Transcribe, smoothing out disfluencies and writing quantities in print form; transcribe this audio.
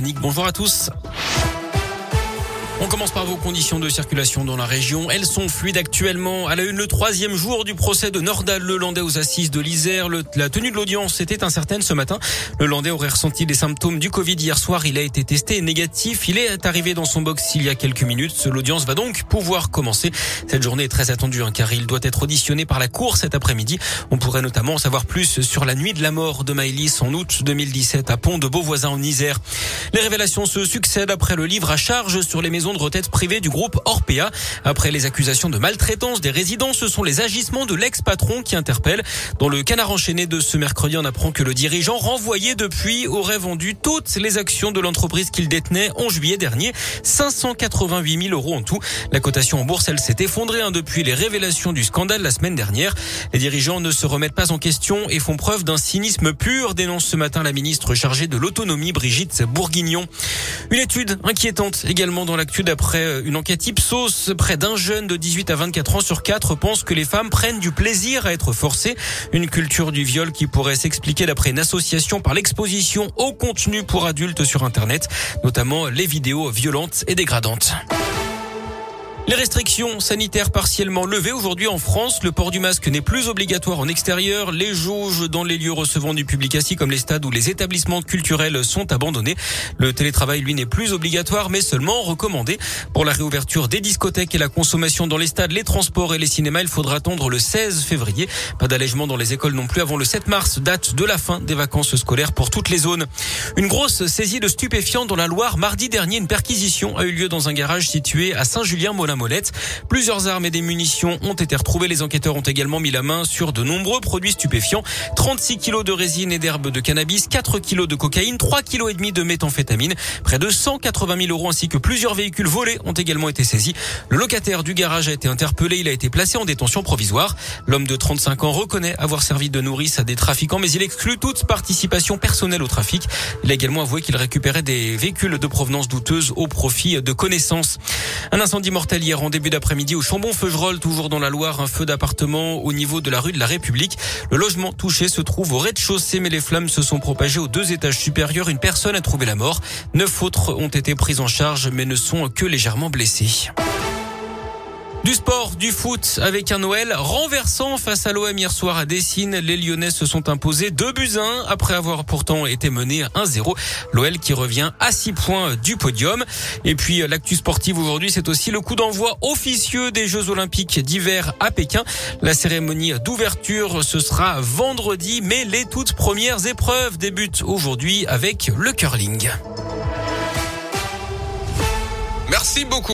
Yannick. Bonjour à tous. On commence par vos conditions de circulation dans la région. Elles sont fluides actuellement. À la une, le 3e jour du procès de Nordal Lelandais aux assises de l'Isère. La tenue de l'audience était incertaine ce matin. Lelandais aurait ressenti des symptômes du Covid hier soir. Il a été testé négatif. Il est arrivé dans son box il y a quelques minutes. L'audience va donc pouvoir commencer. Cette journée est très attendue car il doit être auditionné par la Cour cet après-midi. On pourrait notamment en savoir plus sur la nuit de la mort de Maëlys en août 2017 à Pont de Beauvoisin en Isère. Les révélations se succèdent après le livre à charge sur les maisons de retraite privées du groupe Orpea. Après les accusations de maltraitance des résidents, ce sont les agissements de l'ex-patron qui interpellent. Dans le Canard enchaîné de ce mercredi, on apprend que le dirigeant renvoyé depuis aurait vendu toutes les actions de l'entreprise qu'il détenait en juillet dernier. 588 000 € en tout. La cotation en bourse, elle s'est effondrée depuis les révélations du scandale la semaine dernière. Les dirigeants ne se remettent pas en question et font preuve d'un cynisme pur, dénonce ce matin la ministre chargée de l'autonomie, Brigitte Bourguignon. Une étude inquiétante également dans l'actu d'après une enquête Ipsos. Près d'un jeune de 18 à 24 ans sur 4 pense que les femmes prennent du plaisir à être forcées. Une culture du viol qui pourrait s'expliquer d'après une association par l'exposition au contenu pour adultes sur Internet, notamment les vidéos violentes et dégradantes. Les restrictions sanitaires partiellement levées aujourd'hui en France. Le port du masque n'est plus obligatoire en extérieur. Les jauges dans les lieux recevant du public assis comme les stades ou les établissements culturels sont abandonnés. Le télétravail, lui, n'est plus obligatoire mais seulement recommandé. Pour la réouverture des discothèques et la consommation dans les stades, les transports et les cinémas, il faudra attendre le 16 février. Pas d'allègement dans les écoles non plus avant le 7 mars, date de la fin des vacances scolaires pour toutes les zones. Une grosse saisie de stupéfiants dans la Loire. Mardi dernier, une perquisition a eu lieu dans un garage situé à Saint-Julien-Molin-Molette. Plusieurs armes et des munitions ont été retrouvées. Les enquêteurs ont également mis la main sur de nombreux produits stupéfiants. 36 kilos de résine et d'herbe de cannabis, 4 kilos de cocaïne, 3,5 kilos de méthamphétamine. Près de 180 000 € ainsi que plusieurs véhicules volés ont également été saisis. Le locataire du garage a été interpellé. Il a été placé en détention provisoire. L'homme de 35 ans reconnaît avoir servi de nourrice à des trafiquants, mais il exclut toute participation personnelle au trafic. Il a également avoué qu'il récupérait des véhicules de provenance douteuse au profit de connaissances. Un incendie mortel hier en début d'après-midi au Chambon-Feugerolles, toujours dans la Loire, un feu d'appartement au niveau de la rue de la République. Le logement touché se trouve au rez-de-chaussée, mais les flammes se sont propagées aux 2 étages supérieurs. Une personne a trouvé la mort. 9 autres ont été prises en charge, mais ne sont que légèrement blessés. Du sport, du foot avec un Noël renversant face à l'OM hier soir à Dessines. Les Lyonnais se sont imposés 2-1 après avoir pourtant été menés 1-0. L'OL qui revient à 6 points du podium. Et puis l'actu sportive aujourd'hui, c'est aussi le coup d'envoi officieux des Jeux Olympiques d'hiver à Pékin. La cérémonie d'ouverture, ce sera vendredi, mais les toutes premières épreuves débutent aujourd'hui avec le curling. Merci beaucoup.